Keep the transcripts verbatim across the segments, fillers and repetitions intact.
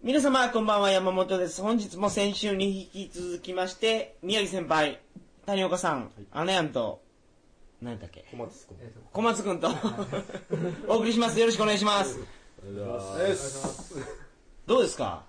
皆様こんばんは、山本です。本日も先週に引き続きまして宮城先輩、谷岡さん、はい、アナヤンと何だっけ小松くん小松くんとお送りします。よろしくお願いします。 お願いします。 どうですか？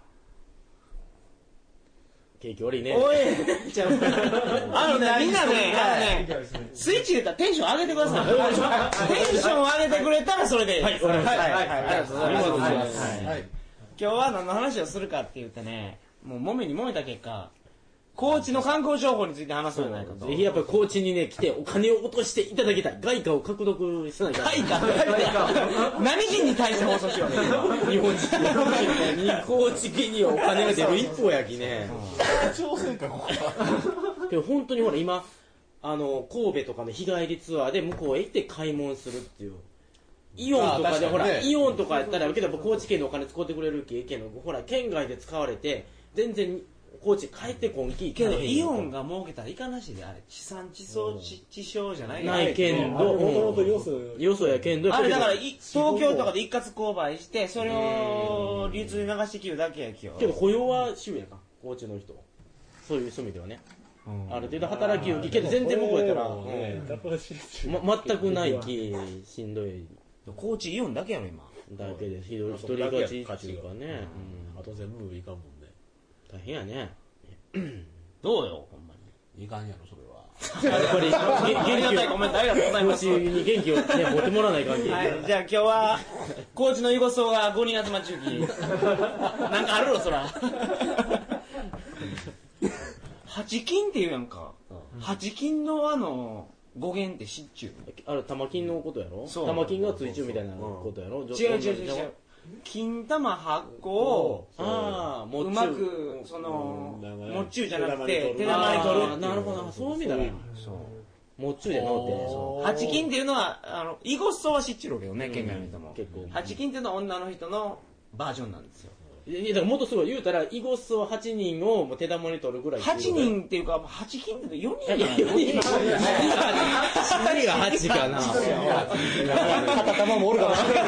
景気悪いね。 おいちゃうあのね、みんなね、あのね、スイッチ入れたらテンション上げてください。テンション上げてくれたらそれでいいです。はい、はい、はい、はい、ありがとうございます。はい、今日は何の話をするかって言ってね、もう揉めに揉めた結果、高知の観光情報について話そうじゃないかと。 ぜひやっぱり高知にね来てお金を落としていただきたい。外貨を獲得しないから。 外貨何人に対して放送しようね。 日本人に高知県にはお金が出る一方やきね。 挑戦かここは。でも本当にほら今あの神戸とかの日帰りツアーで向こうへ行って買い物するっていう。イオンとかでほら、ね、イオンとかやったらけど高知県のお金使ってくれるけけのほら県外で使われて全然高知帰ってこんきけどイオンが儲けたらいかなしであれ地産地消地消じゃないないけんどもともとよそよそやけんどあれだから東京とかで一括購買してそれを流通に流してきるだけやきよ。 けど雇用は主やか高知の人そういう趣味ではね、うん、ある程度働きをきけど全然向こうやったら、うんま、全くないきしんどい。 高知イオンだけやろ今だけで一人勝ちっていうかね、 うん、あと全部いかんもんね。 大変やね。 どうよほんまにいかんやろそれは。 やっぱり元気をコメントありがとうございます。 高知に元気をね持ってもらわない関係。 はい、じゃあ今日は高知の囲碁荘がごにん集まっちゅうきなんかあるろそら。八金っていうやんか。八金のあの語源って知っちゅう。 あれ玉金のことやろ。玉金がついちゅうみたいなことやろ。 違う違う違う違う。金玉発酵をああうまくそのもっちゅうじゃなくて手玉に取る。 なるほどそういう意味だな。そうもっちゅうでのって。 八金っていうのはあの囲碁荘は知っちゅうけどね県外の人も。 結構八金っていうのは女の人のバージョンなんですよ。 いやだからもっとすごい言うたら囲碁荘はちにんをもう手玉に取るぐらい。 はちにんっていうかはち金ってよにんじゃない。 よにん。ふたりがはちかな。 片玉もおるかもしれない。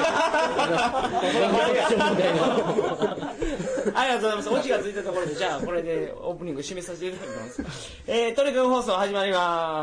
ありがとうございます。オチがついたところでじゃあこれでオープニング締めさせていただきます。えー、トリカゴ放送始まります。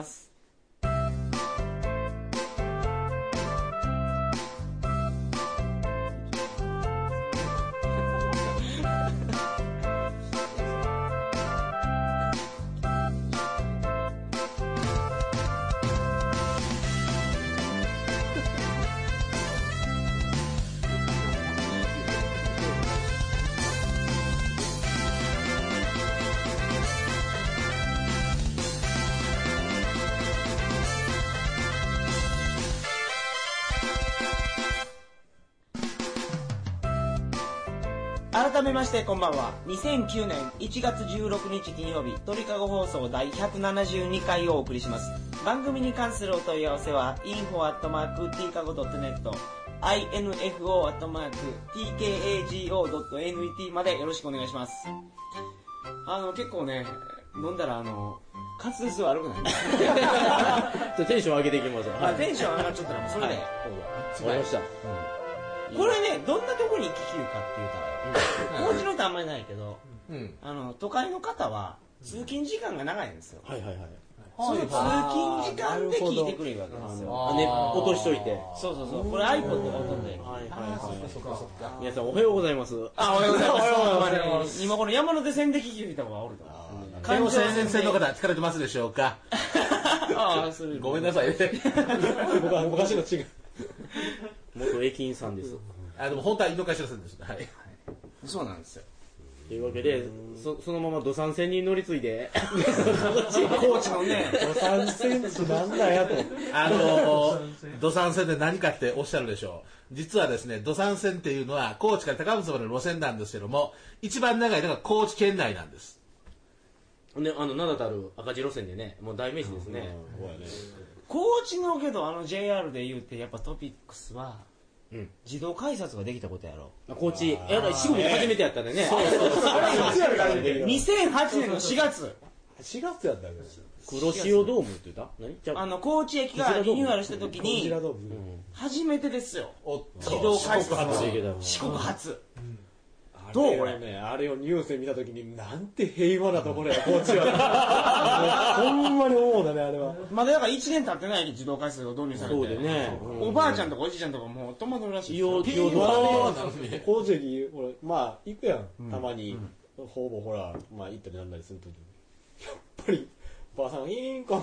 改めましてこんばんは。にせんきゅうねんいちがつじゅうろくにち金曜日鳥かご放送だいひゃくななじゅうにかいをお送りします。番組に関するお問い合わせは インフォ アットマーク ティーカゴ ドットネット インフォ アットマーク ティーケーエージーオー ドットネット までよろしくお願いします。あの結構ね飲んだらあの滑舌悪くないね。テンション上げていきましょう。 はい、テンション上がっちゃったらもうそれで、はい、 わかりました、うんこれね、どんなところに聞きるかっていうたら、高知のってあんまりないけど、うん、あの都会の方は通勤時間が長いんですよ。 はいはいはい。 その通勤時間で聞いてくれるわけですよ。 ね、落としといて。 そうそうそう。これ iPod がほとんどや。 はいはいはい。皆さんおはようございます。 あ、おはようございます。おはようございます。今この山手線で聞く人がおると。 京王線線の方疲れてますでしょうか。 ああ、それ。 ごめんなさいね。僕は昔の違う。 元駅員さんです。 あでも本当は井の頭線です。はい。 そうなんですよ。 というわけで、そ, そのまま土産線に乗り継いで、 高知のね、 土産線ってなんだよと。 あのー、土産線で何かっておっしゃるでしょう。実はですね、土産線っていうのは高知から高松までの路線なんですけども、一番長いのが高知県内なんです。 ね、あの名だたる赤字路線でね、もう代名詞ですね。 高知のけどあの ジェイアール で言うてやっぱトピックスは。うん、自動改札ができたことやろ。 高知、やだ、四国で初めてやったんだよね。 そうそうそう。にせんはちねんのしがつ。 しがつやったんだよ。 黒潮ドームって言った何？あの、高知駅がリニューアルした時に、初めてですよ。自動改札。四国初。 どうこれね、あれをニュースで見たときに、なんて平和なところや、コーチは。ほんまに思うだね、あれは。 まだだからいちねん経ってないに自動改札が導入されて。 そうでね。 おばあちゃんとかおじいちゃんとかもう戸惑うらしい。 よう、よう、 工事駅、俺、まあ、行くやん、たまに。ほぼほら、まあ、行ったりなんだりするときに。やっぱり、おばあさん、いいんか。よ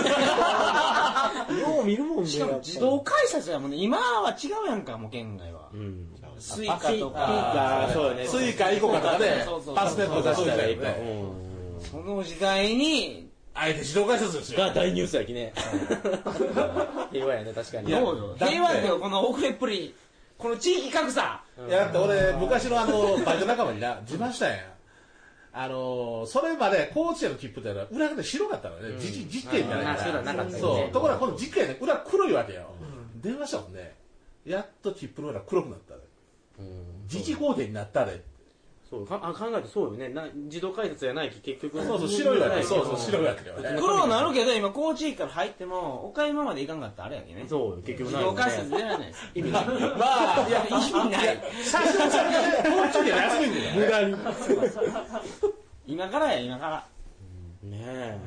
う見るもんね。 しかも自動改札やもんね。今は違うやんか、もう県外は。スイカとか。 そうよね。 スイカイコカとかで、パスネット出したらいいか。 その時代に、 あえて自動改札ですよ。 が大ニュースやきね。平和やね、確かに。 そうよ。平和ってこの遅れっぷり、この地域格差。 いや、だって俺、昔のあの、バイト仲間にな、自慢したんや。あのー、それまで高知への切符ってのは裏が白かったのね、うん、実実券じゃないから、 なかったね、 そうところがこの実券ね裏黒いわけよ、うん、電話したもんね、やっと切符の裏黒くなったね、うん、自治工程になったね、 そうかあ考えてそうよねな自動改札じゃないき結局そうそう白いわけそうそう白いわけよね黒なるけど今高知駅から入っても岡山まで行かんかったらあれやけねそう結局自動改札出られないです意味ないまあいや意味ない最初の先で高知で休みんだよ無駄に今からや今からねえ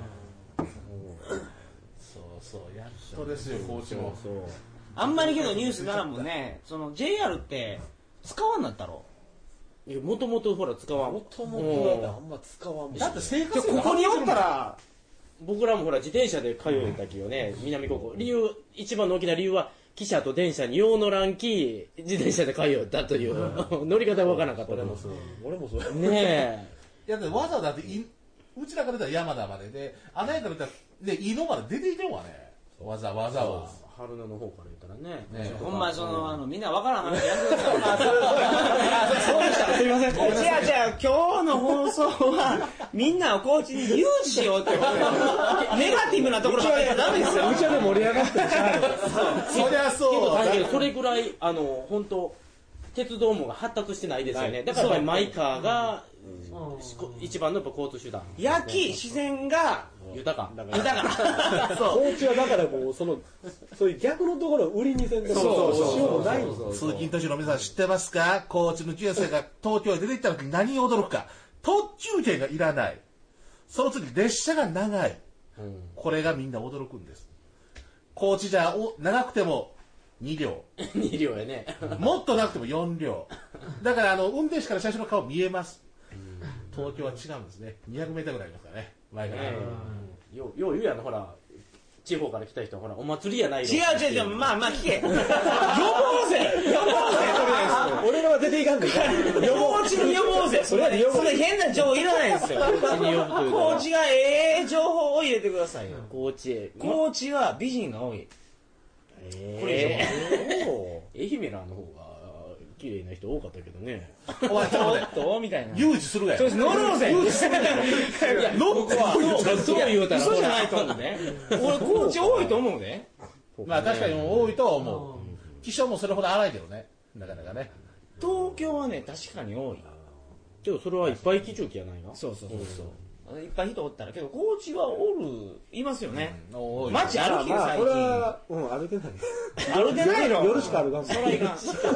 そうそうやっとですよ高知もそうあんまりけどニュースならんもんねその ジェイアール って使わんなったろもともとほら使わんもともとあんま使わんもんだって生活ここにおったら僕らもほら自転車で通えたきよね、うん、南高校理由一番の大きな理由は汽車と電車によう乗らんき自転車で通ったという乗り方が分からなかった俺もそう俺もそうねえいやだってわざわざだっていうちらから出たら山田までであの辺から出たらで井野まで出ていてんわねわざわざわ春菜の方から言ったらねねほんまそのあのみんな分からん話やってくださいそうでしたすみません違う違う今日の放送はみんなを高知に誘致しようってネガティブなところばっかりはダメですようちはで盛り上がってるしそりゃそうけどそれぐらいあの本当鉄道網が発達してないですよねだからやっぱりマイカーが一番の交通手段焼き自然が豊か豊か高知はだからもうそのそういう逆のところを売りにせんでもそうそうしようもない通勤途中の皆さん知ってますか高知のじゅう生が東京へ出て行った時に何に驚くか特急券がいらないその次列車が長い、うん、これがみんな驚くんです高知じゃお長くてもに両に両やねもっとなくてもよん両だからあの運転手から車掌の顔見えます東京は違うんですねにひゃくメートルぐらいありますからね前から、 えー、ようよう言うやんほら地方から来た人はほらお祭りやないよ違う違う違うまあまあ聞け呼ぼうぜ呼ぼうぜ俺らは出ていかんでいかん高知に呼ぼうぜそれそれ変な情報いらないんですよ高知に呼ぶという高知がええ情報を入れてくださいよ高知へ高知は美人が多いえー、これ以上愛媛らの方が綺麗な人多かったけどねお前ちょっとみたいな誘致するがよ乗ろうぜ誘致するがよいや乗ってそう言うたら嘘じゃないと思うね俺高知多いと思うねまあ確かに多いとは思う気象もそれほど荒いけどねなかなかね東京はね確かに多いけどそれはいっぱい基準機やないなそうそうそうそういっぱい人おったらけど高知はおるいますよね、うん、街歩きで最近、まあ、 これは、うん、歩けない歩けないの夜しか歩かんそらいかん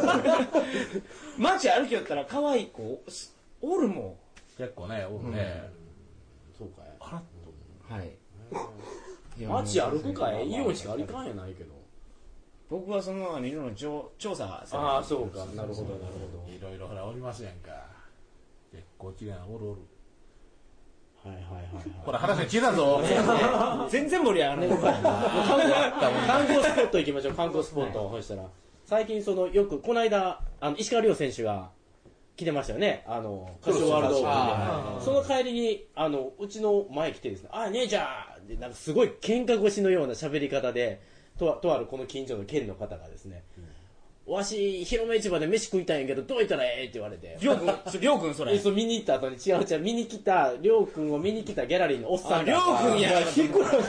街歩きよったら可愛い子おるもん結構ねおるね、 うん、そうかいあらっとはい街歩くかいイオンしか歩かんやないけど僕はそのいろいろ調調査ああそうかなるほどなるほどいろいろほらおりますやんか結構綺麗なおるおるはいはいはい、はい、 ほら話が聞いたぞ全然盛り上がらない観光スポット行きましょう観光スポット、はい、そしたら最近そのよくこの間あの石川遼選手が来てましたよねあのカシオワールドオープンでその帰りにあのうちの前来てですねあ姉ちゃんでなんかすごい喧嘩腰のような喋り方でととあるこの近所の県の方がですね、うんわし、広め市場で飯食いたいんやけど、どういったらええって言われて。 りょうくん、りょうくんそれ。 そう、見に行った後に、違う違う、見に来た、りょうくんを見に来たギャラリーのおっさんが。 りょうくんや。りょう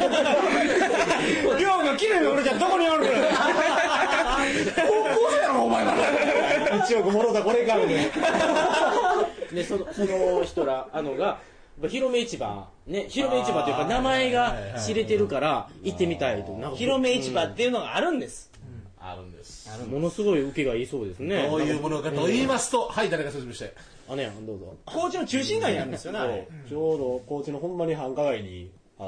くん、綺麗な俺じゃどこにおるから高校生やろ、お前ら。 一億もろたこれからね。 で、その、その人ら、あのが、広め市場、ね、広め市場というか、名前が知れてるから、行ってみたいと。 広め市場っていうのがあるんです。 あるんです。 ものすごい受けがいいそうですね。 どういうものかと言いますと、はい、誰か説明して。 あね、どうぞ。 高知の中心街にあるんですよね、あれ。 ちょうど高知のほんまに繁華街にあって、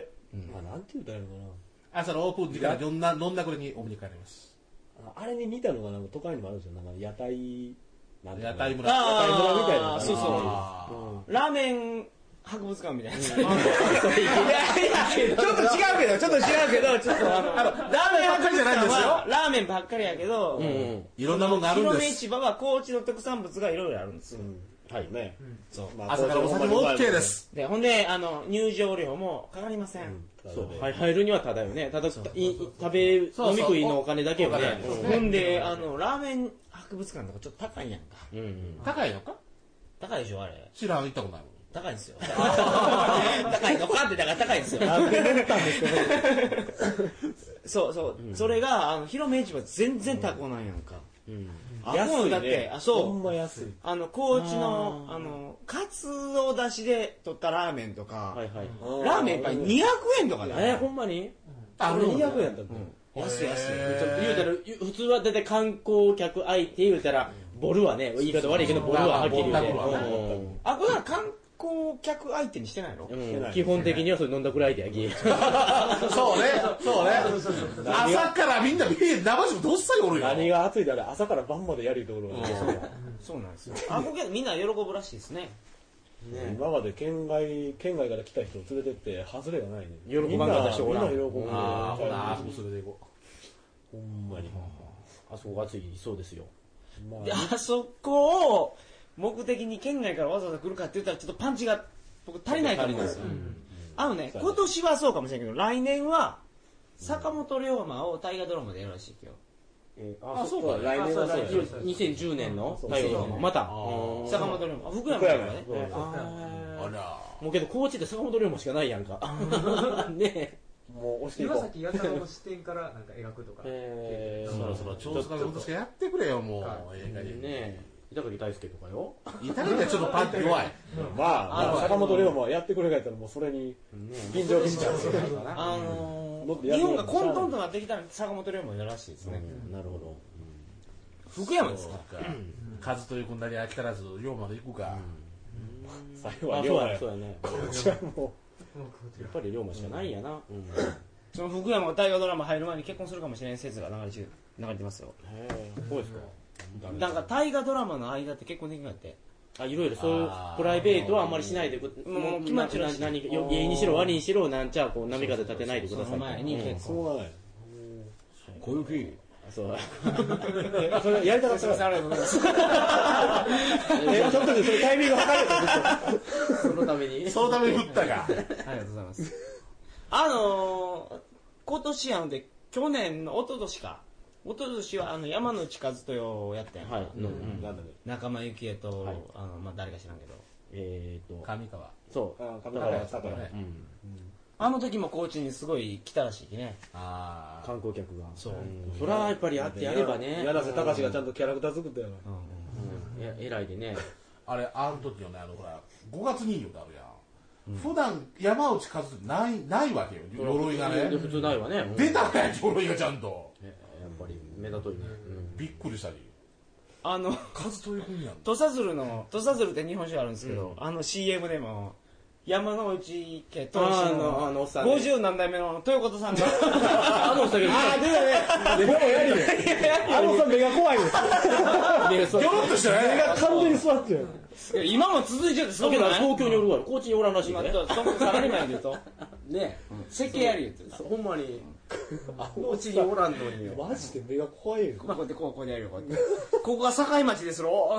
まあなんて言うたらいいのかな。 朝のオープン時から飲んだ、飲んだこれにお目にかかります。 あれに似たのがなんか都会にもあるんですよ。なんか屋台、 なん屋台村。 屋台村みたいな。 そうそう。ラーメン博物館みたいな。いやいや、ちょっと違うけど、ちょっと違うけど、ちょっとあの、ラーメン博物館はラーメンばっかりやけど、 いろんなものがあるんです。 広め市場は高知の特産物がいろいろあるんですよ。 はいね。 そう。 朝からお酒も OK です。 で、ほんで、あの、入場料もかかりません。 そう。入るにはただよね。ただ、食べ、飲み食いのお金だけよね。 ほんで、あの、ラーメン博物館とかちょっと高いやんか。 高いのか高いでしょ、あれ。 知らん、行ったことないもん。 高いんですよ。高いのかってだから高いんですよ。そうそう。それが、あの、広め市場全然高ないやんか。安いだって、あ、そう。 ほんま安い。 あの、高知の、あの、カツオだしで取ったラーメンとか、ラーメンいっぱいにひゃくえんとかだよ。え、ほんまにあ、にひゃくえんだった。 安い安い。 言うたら、普通はだいたい観光客相手言うたら、ボルはね、言い方悪いけど、ボルははっきり言うて。 あ、これは観光客相手にしてないの？ 基本的にはそれ飲んだくらいでやき。 そうね、そうね。朝からみんなビール生しもどっさりおるよ。 何が暑いであれ、朝から晩までやるところが。 そうなんですよ。あ、こけみんな喜ぶらしいですね。 今まで県外、県外から来た人を連れてって、外れがないね。 喜ばんかった人おらん。 みんな喜ぶ。 ああ、もうそれでいこう。ほんまに。 あそこが暑いそうですよ。 あそこを目的に県外からわざわざ来るかって言ったらちょっとパンチが僕足りないと思うんですよ。あのね、今年はそうかもしれないけど、来年は坂本龍馬を大河ドラマでやるらしいよ。 えー、あ、そうか、来年はそうにせんじゅうねんの大河ドラマ。また坂本龍馬、福山だからね。 あら。 もうけど高知って坂本龍馬しかないやんか。ね。 もう押していこう。 岩崎弥太郎の視点からなんか描くとか。 えー、そろそろ調査がどしかやってくれよ、もう。映画にね。板垣大輔とかよ。 板垣はちょっとパンチ弱い。 まあ、坂本龍馬はやってくれがいたらもうそれに、便乗しちゃう。 あのー、日本が混沌となってきたら坂本龍馬やるらしいですね。 なるほど。 福山ですか。 数というくんなり飽き足らず、龍馬で行くか。 最後は龍馬や。 そうやね。やっぱり龍馬しかないんやな。 その福山が大河ドラマ入る前に結婚するかもしれん説が流れ中流れてますよ。 へえ、そうですか。 なんか大河ドラマの間って結婚できなくて。 あ、いろいろそういうプライベートはあんまりしないでくもう決まってるし、 何芸にしろ悪にしろなんちゃこう波風立てないでください。 前に結婚がない。 こういう日。 そう。 それやりたかったら。 ありがとうございます。 え、ちょっとでそれタイミング測れた。 そのために。 そのために振ったか。 ありがとうございます。あのー、今年あので去年の一昨年か。一昨年はあの山内和豊をやったやんか。はい。仲間由紀恵と、あのまあ誰か知らんけど。 えっと上川。 そう。 上川やったからね。 あの時も高知にすごい来たらしいね。 ああ。観光客が。 そう。 それはやっぱりあってやればね。 柳瀬隆がちゃんとキャラクター作ったよ。 うん。えらいでね。 あれ、あの時よね、あの、ほら、ごがつ人形ってあるやん。普段山内和豊ないないわけよ、鎧がね。 普通ないわね。 出たね、鎧がちゃんと。 やっぱり目立といね。 びっくりしたり。 あの、 和豊君やん。 土佐鶴の、土佐鶴って日本酒あるんですけど、あの シーエム でも、山之内家当主のごじゅう何代目の豊子さんが、 あのお酒、 ああ、出たね。でもやりね。あのさん目が怖いね。 ギョロッとしてね。 目が完全に座ってる。 今も続いちゃってすごくない？ 東京におるわ。高知におらんらしいね。 サラリーマンで言うと。 ね設計やり言って。 ほんまに。高知におらんのに。 マジで目が怖いよ。 こうやってこうこうやるよ。ここが境町ですろ。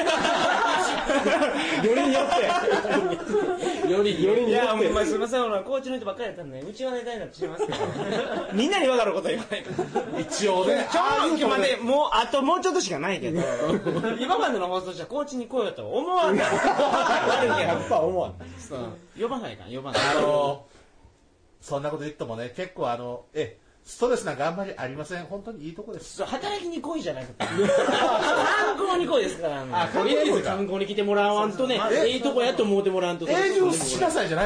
よりによって。 よりよりによって。いや、もうすみません、俺高知の人ばっかりやったんで、うちはネタになってしまいますけど。みんなに分かること言わないから。 一応ね。 今日までもうあともうちょっとしかないけど、今までの放送じゃ高知に来ようとは思わんない。 やっぱ思わん。 呼ばないか呼ばない。 あのそんなこと言ってもね、結構あのえストレスなんかあんまりありません。本当にいいとこです。 働きに来いじゃないか。観光に来いですから。 あ、とりあえず観光に来てもらわんとね、ええとこやと思うてもらわんと。 永住しなさいじゃないよ。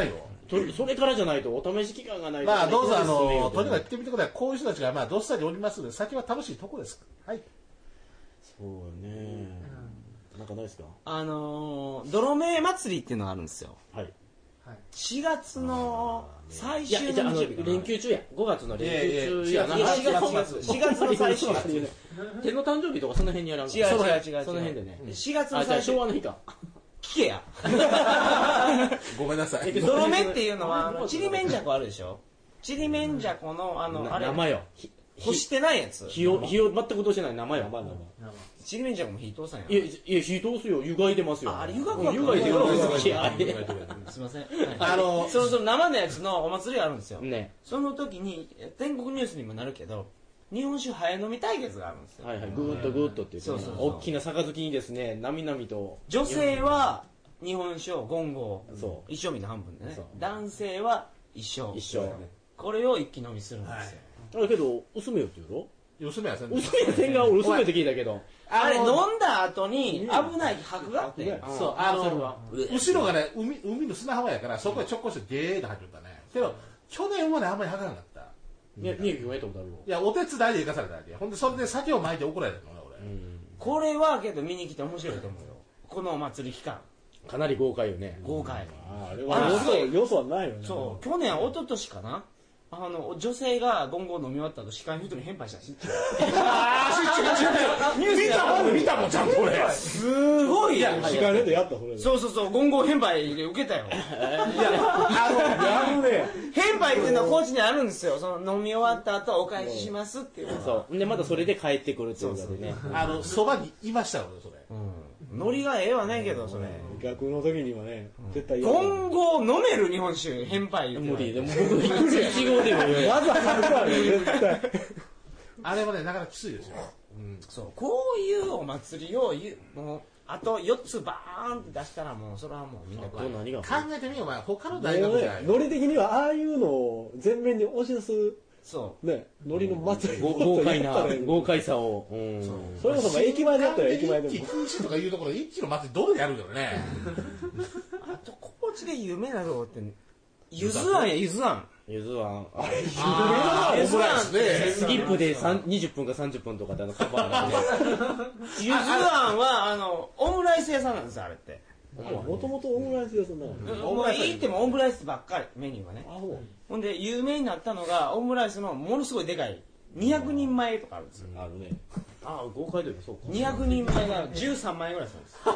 とそれからじゃないとお試し期間がないと、 まあどうぞあのねとにかく行ってみてください。こういう人たちがまあどっさりおりますので、先は楽しいとこです。はい。 そうね、なんかないですか？ あのー、泥目祭りっていうのがあるんですよ。 はい。 しがつの最いや終じゃああのの日曜日かな連休中やごがつの連休中やな。 いやいやしがつしがつの最終日。 手の誕生日とかその辺にやらんか。 違う違うその違う違うその辺でね。 しがつのあじゃあ最終昭和の日か。 聞けや。 ごめんなさい。 泥目っていうのはあのちりめんじゃこあるでしょ。ちりめんじゃこのあのあれ生よ。 干してないやつ。 火を火を全く通してない生よ。生生。 ちりめんじゃこも火通さんや。 いやいや火通すよ。湯がいてますよ。 ああれ湯がくわ。 湯がいてる。いやすみません。 あのそのその生のやつのお祭りがあるんですよ。 ね。 その時に全国ニュースにもなるけど、日本酒早飲み対決があるんですよ。 はいはい。ぐーっとぐーっとって言ってそうそうそう大きな杯にですね、なみなみと。 女性は日本酒をゴンゴそう一升瓶の半分でねそう。 男性は一升。 一緒。 これを一気飲みするんですよ。 あれけど薄めよって言うろ？ 薄めやせん。 薄めせんが俺薄めって聞いたけど。 あれ飲んだ後に危ない箔があって。 そう、あのそれは後ろがね、海海の砂浜やから、そこへちょっこしてゲーッと入ってったね。けど、去年はね、あんまり吐かなかった。 ね、宮城君やったことあるよ。 いや、お手伝いで行かされただけ。ほんで、それで酒を巻いて怒られたのね、俺。 これはけど見に来て面白いと思うよ。このお祭り期間。 かなり豪快よね。 豪快。 あれは要素要素はないよね。 そう、去年、一昨年かな。あの女性がゴンゴン飲み終わった後視界の人に変配したし。 ああ、違う違う違う。見たもん、見たもん、ちゃんと俺。 すごいやん。 時間でやったそれで。 そうそうそう、ゴンゴン変配で受けたよ。 いや、あやるね。 変配っていうのは高知にあるんですよ。その飲み終わった後お返ししますっていうのが。 そう。で、またそれで帰ってくるっていうかでね。 の、あの、そばにいましたよ、俺、それ。 ノリがええわねんけど、それ。 逆の時にはね、絶対やる。 ゴンゴ飲める日本酒、変配言うて。 無理。でも僕、いちごでも言う。 まずはるからね、絶対。 あれはね、なかなかきついですよ。 そう、こういうお祭りを言う、もう、あとよっつバーンって出したらもう、それはもうみんなどう何が考えてみよう、お前。他の大もう学じゃない、 ねノリ的にはああいうのを全面に押し出す、 そね、ノリの祭りご豪快な、豪快さを。うん。 それこそまあ駅前でやったら駅前でも一気禁止とかいうところで一気の祭りどうやるんだろうね。 う。あと、高知で有名なのって、ゆずあんや、ゆずあん。 ゆずは、 あー、オムライスね。 スキップでにじゅっぷんかさんじゅっぷんとかであのカバーなんで。 ゆずあんは、あの、オムライス屋さんなんですよ、あれって。 もともとオムライス屋さんだからね。 オムライス行ってもオムライスばっかり、メニューはね。 あ、そう。 ほんで、有名になったのが、オムライスのものすごいでかい、にひゃくにんまえとかあるんですよ。 あるね。 ああ、豪快だよ、そうか。 にひゃくにんまえがじゅうさんまいぐらいするんですよ。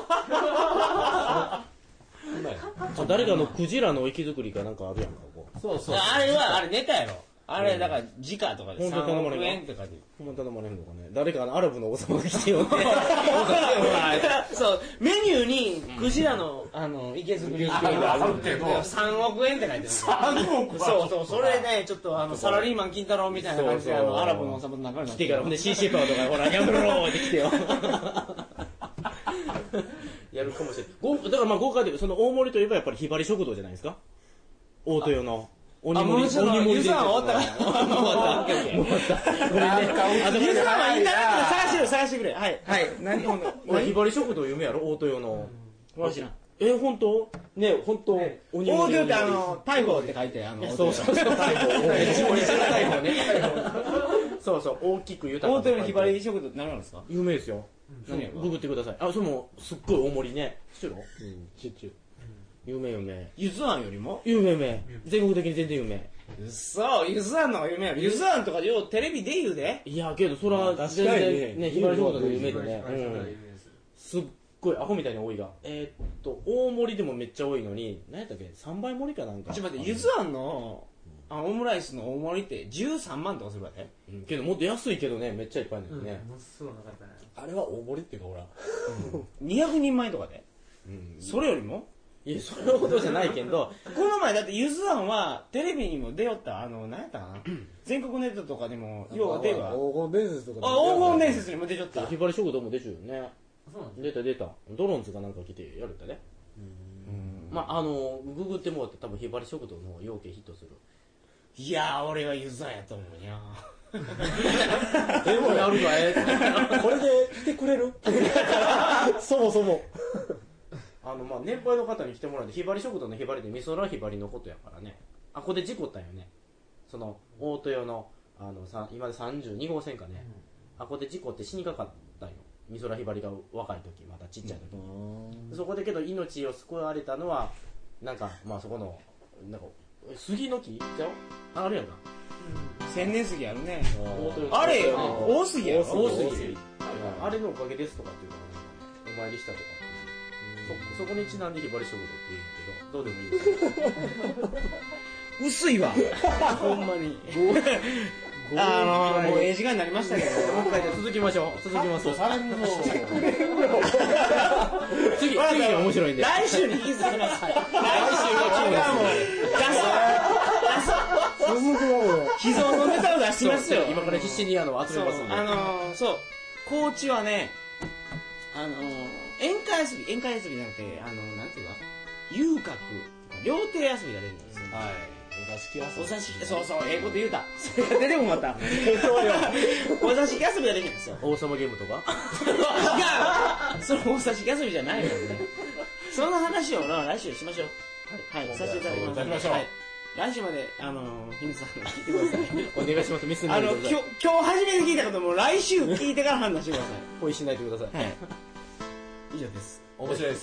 あ誰かのクジラの息作りかなんかあるやんか、ここ。 そうそう。 あれは、あれネタやろ。あれ、だから、時価とかでほんとさんおく頼まれんの円とかで。 ほんま頼まれへんのかね。誰かあのアラブの王様が来てよって。 そう、メニューに、クジラの、あの、池作りっていうのがあるけど、さんおく円って書いてる。 さんおくそうそう、それね、ちょっとあの、サラリーマン金太郎みたいな感じで、あの、アラブの王様の中に来てから、ほんで シーシー パワーとか、ほら、やめろーって来てよ。やるかもしれない。ごだからまあ豪華で、その大盛りといえばやっぱりひばり食堂じゃないですか。大豊の。鬼盛り、鬼盛りで。 ゆずあん終わったから。もう終わった。終わった。これね。ゆずあんはインターネットで探してくれ、探してくれ。はい。はい。何ほんと。 俺ひばり食堂有名やろ、大豊の。 これ知らん。 え、ほんとね、ほんと。 大豊ってあの、逮捕って書いて、あの、 そうそうそう。逮捕。鬼する逮捕ね。そうそう、大きく豊か。 大豊のひばり食堂って何なんですか？ 有名ですよ。 何やろ？ ググってください。あ、それもすっごい大盛りね。知ってるの？ うん、ちっちゅう。 有名有名。 ゆずあんよりも？ 有名有名。全国的に全然有名。 そう、ゆずあんの方が有名やろ。ゆずあんとかようテレビで言うで。 いやけどそれは全確かにね然ね、ひばり食堂の有名でね。 有名うんすっごいアホみたいに多いが。えーっと、大盛りでもめっちゃ多いのに、何やったっけ ?さんばい盛りかなんか。 ちょっと待って、ゆずあんの、あオムライスの大盛りってじゅうさんまんとかするわけ？ うんけどもっと安いけどね、めっちゃいっぱいあるんだよね。 もうすぐなかったね。 あれは大盛りっていうかほら。 にひゃくにんまえとかで？ うんそれよりも？ いや、それほどじゃないけど、 この前だってゆずあんはテレビにも出よった、あの、何やったかな全国ネットとかでも、要は出ば。 黄金伝説とかであ、黄金伝説にも出ちゃった。 ひばり食堂も出ちゅうよね。 そうなんです出た出た。ドローンズかなんか来てやるったね。まあ、あの、ググってもらって多分ひばり食堂の要件ヒットする。 いやー、俺はゆずあんやと思うにゃでもやるかえこれで来てくれるそもそも。 ああのまあ年配の方に来てもらって、ひばり食堂のひばりって美空ひばりのことやからね。あここで事故ったんよね。その大豊のあのさ今でさんじゅうに号線かね、うん、あここで事故って死にかかったんよ。美空ひばりが若い時、まだちっちゃい時に、うん、そこでけど命を救われたのはなんかまあそこのなんか杉の木じゃあるやんか、 うん、千年杉あるね。 あれよ大杉やろ。 大杉あれのおかげですとかっていうか、お参りしたとかってそ, そこにちなんでひばり食堂って言うんだけど、どうでもいいです薄いわほんまにあのー、もうええ時間になりましたけどもう一回続きましょう。続きます。 されるの次、次が面白いんで来週に引き続きます。来週はもう出そう秘蔵のネタを出しますよ。 今から必死にあの集めますんで。 あのー、そう高知はね、あのー、宴会遊び宴会遊びじゃなくて、あのー、なんていうか遊郭料亭遊びが出るんですよ。 はい。お座敷遊び。 お座敷、そうそう、ええこと言うた。それが出てもまた。そうよ。お座敷遊びができるんですよ。 王様ゲームとか違うそのお座敷遊びじゃないもんね。その話を来週しましょう。はい。はい、させていただきます。 いただきましょう。はい。 来週まで、あのー、ヒンさんが聞いてください。 お願いします。ミスなあの、 いでください。 今日、今日初めて聞いたことも来週聞いてから判断してください。 恋しないでください。 はい。以上です。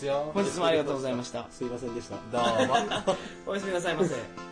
面白いですよ。 本日もありがとうございました。 すいませんでした。 どうも。 おやすみなさいませ。